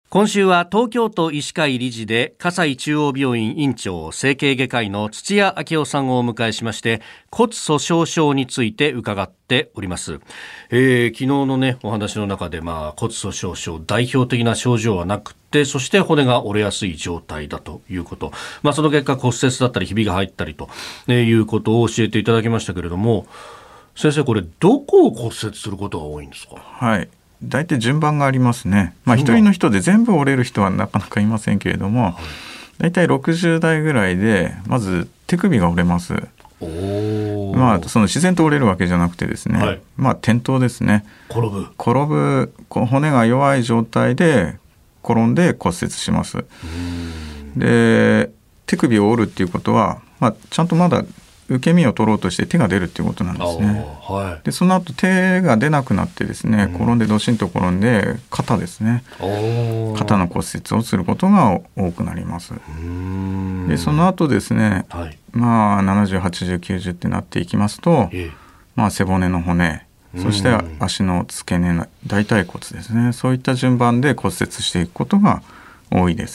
今週は東京都医師会理事で葛西中央病院院長整形外科医の土屋昭夫さんをお迎えしまして、骨粗鬆症について伺っております。昨日のねお話の中で、骨粗鬆症代表的な症状はなくて、そして骨が折れやすい状態だということ、その結果骨折だったりひびが入ったりということを教えていただきましたけれども、先生、これどこを骨折することが多いんですか？ はい、大体順番がありますね。一人の人で全部折れる人はなかなかいませんけれども、大体60代ぐらいでまず手首が折れます。その自然と折れるわけじゃなくてですね、転倒ですね。転ぶ骨が弱い状態で転んで骨折します。で、手首を折るっていうことは、ちゃんとまだ受け身を取ろうとして手が出るっていうことなんですね。でその後手が出なくなってですね、転んでドシンと転んで肩ですね、肩の骨折をすることが多くなります。でその後ですね、70、80、90ってなっていきますと、背骨の骨、そして足の付け根の大腿骨ですね、そういった順番で骨折していくことが多いです。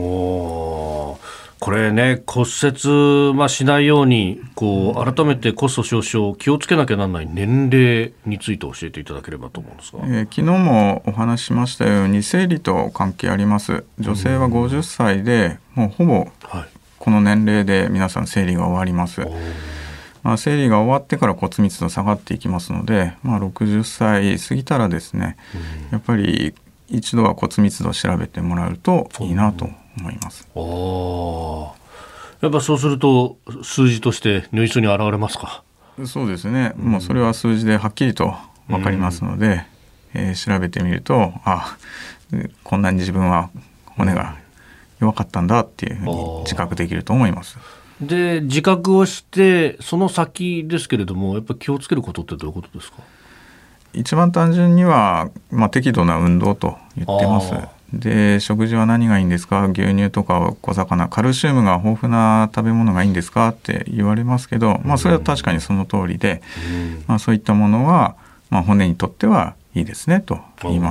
これね、骨折、しないように改めて骨粗鬆症気をつけなきゃならない年齢について教えていただければと思うんですが、 昨日もお話ししましたように生理と関係あります。女性は50歳でもうほぼこの年齢で皆さん生理が終わります。生理が終わってから骨密度下がっていきますので、60歳過ぎたらですね、やっぱり一度は骨密度を調べてもらうといいなと思います。 やっぱそうすると数字として如実に現れますか？ そうですね、もうそれは数字ではっきりと分かりますので、調べてみると、こんなに自分は骨が弱かったんだっていうふうに自覚できると思います。 で自覚をしてその先ですけれども、やっぱり気をつけることってどういうことですか？ 一番単純には、適度な運動と言ってます。で食事は何がいいんですか？牛乳とか小魚、カルシウムが豊富な食べ物がいいんですかって言われますけど、それは確かにその通りで、そういったものは、骨にとってはいいですねと言います。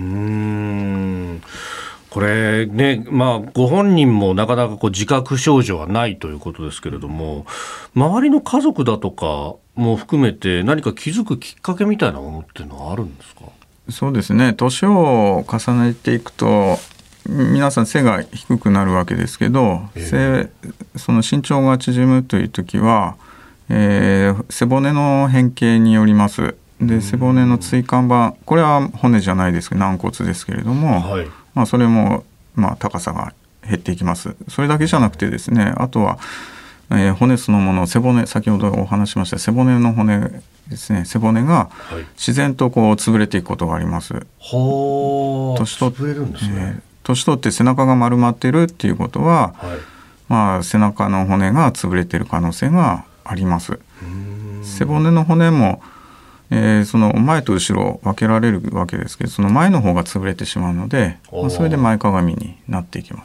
これね、ご本人もなかなか自覚症状はないということですけれども、周りの家族だとかも含めて何か気づくきっかけみたいなものっていうのはあるんですか？ そうですね、年を重ねていくと皆さん背が低くなるわけですけど、その身長が縮むという時は、背骨の変形によります。で背骨の椎間板、これは骨じゃないですけど軟骨ですけれども、それも高さが減っていきます。それだけじゃなくてですね、あとは、骨そのもの、背骨、先ほどお話しました背骨の骨ですね、背骨が自然と潰れていくことがあります。年取って背中が丸まってるっていうことは、背中の骨が潰れてる可能性があります。背骨の骨もその前と後ろ分けられるわけですけど、その前の方が潰れてしまうので、それで前かがみになっていきます。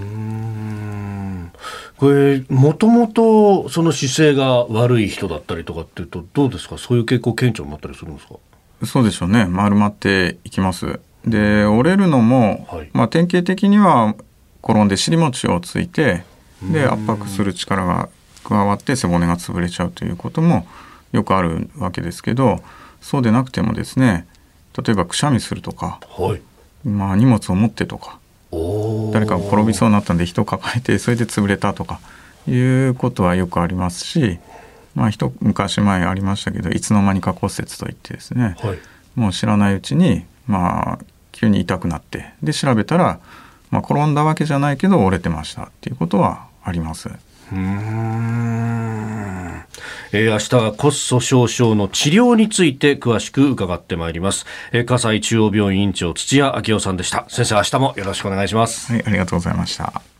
これもともとその姿勢が悪い人だったりとかっていうとどうですか？そういう傾向顕著になったりするんですか？ そうでしょうね、丸まっていきます。で折れるのも、典型的には転んで尻餅をついて、で圧迫する力が加わって背骨が潰れちゃうということもよくあるわけですけど、そうでなくてもですね、例えばくしゃみするとか、荷物を持ってとか、誰かが転びそうになったんで人を抱えてそれで潰れたとかいうことはよくありますし、昔前ありましたけど、いつの間にか骨折といってですね、もう知らないうちに、急に痛くなって、で調べたら、転んだわけじゃないけど折れてましたっていうことはあります。 明日は骨粗鬆症の治療について詳しく伺ってまいります。葛西中央病院院長土屋昭夫さんでした。先生、明日もよろしくお願いします。 ありがとうございました。